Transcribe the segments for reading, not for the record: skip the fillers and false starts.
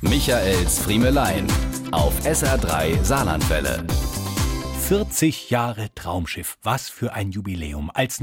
Michaels Friemelein auf SR3 Saarlandwelle. 40 Jahre Traumschiff, was für ein Jubiläum. Als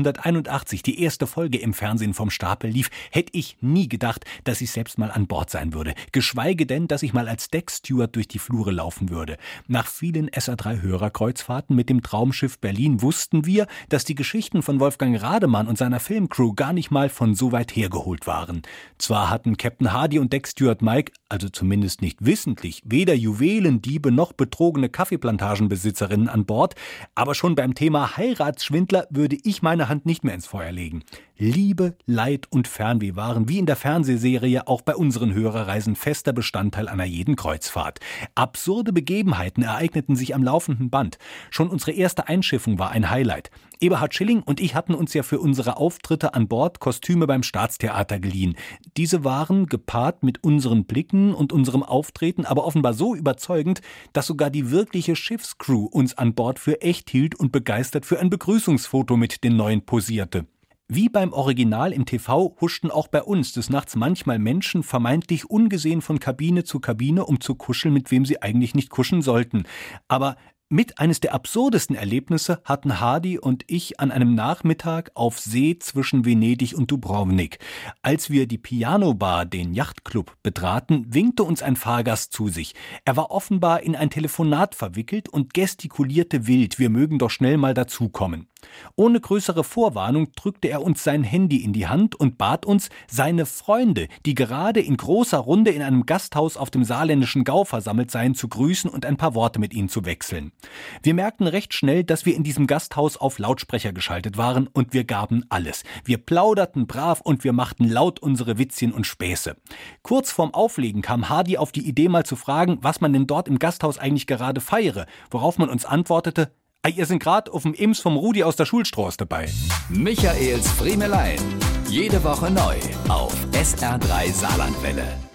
1981 die erste Folge im Fernsehen vom Stapel lief, hätte ich nie gedacht, dass ich selbst mal an Bord sein würde. Geschweige denn, dass ich mal als Decksteward durch die Flure laufen würde. Nach vielen SR3-Hörerkreuzfahrten mit dem Traumschiff Berlin wussten wir, dass die Geschichten von Wolfgang Rademann und seiner Filmcrew gar nicht mal von so weit hergeholt waren. Zwar hatten Captain Hardy und Decksteward Mike, also zumindest nicht wissentlich, weder Juwelendiebe noch betrogene Kaffeeplantagenbesitzerinnen an Bord, aber schon beim Thema Heiratsschwindler würde ich meine Hand nicht mehr ins Feuer legen. Liebe, Leid und Fernweh waren wie in der Fernsehserie auch bei unseren Hörerreisen fester Bestandteil einer jeden Kreuzfahrt. Absurde Begebenheiten ereigneten sich am laufenden Band. Schon unsere erste Einschiffung war ein Highlight. Eberhard Schilling und ich hatten uns ja für unsere Auftritte an Bord Kostüme beim Staatstheater geliehen. Diese waren, gepaart mit unseren Blicken und unserem Auftreten, aber offenbar so überzeugend, dass sogar die wirkliche Schiffscrew uns an Bord für echt hielt und begeistert für ein Begrüßungsfoto mit den Neuen posierte. Wie beim Original im TV huschten auch bei uns des Nachts manchmal Menschen vermeintlich ungesehen von Kabine zu Kabine, um zu kuscheln, mit wem sie eigentlich nicht kuscheln sollten. Aber mit eines der absurdesten Erlebnisse hatten Hardy und ich an einem Nachmittag auf See zwischen Venedig und Dubrovnik. Als wir die Piano Bar, den Yachtclub, betraten, winkte uns ein Fahrgast zu sich. Er war offenbar in ein Telefonat verwickelt und gestikulierte wild, wir mögen doch schnell mal dazukommen. Ohne größere Vorwarnung drückte er uns sein Handy in die Hand und bat uns, seine Freunde, die gerade in großer Runde in einem Gasthaus auf dem saarländischen Gau versammelt seien, zu grüßen und ein paar Worte mit ihnen zu wechseln. Wir merkten recht schnell, dass wir in diesem Gasthaus auf Lautsprecher geschaltet waren und wir gaben alles. Wir plauderten brav und wir machten laut unsere Witzchen und Späße. Kurz vorm Auflegen kam Hardy auf die Idee, mal zu fragen, was man denn dort im Gasthaus eigentlich gerade feiere, worauf man uns antwortete: Ihr sind gerade auf dem Ims vom Rudi aus der Schulstraße dabei. Michaels Friemelein. Jede Woche neu auf SR3 Saarlandwelle.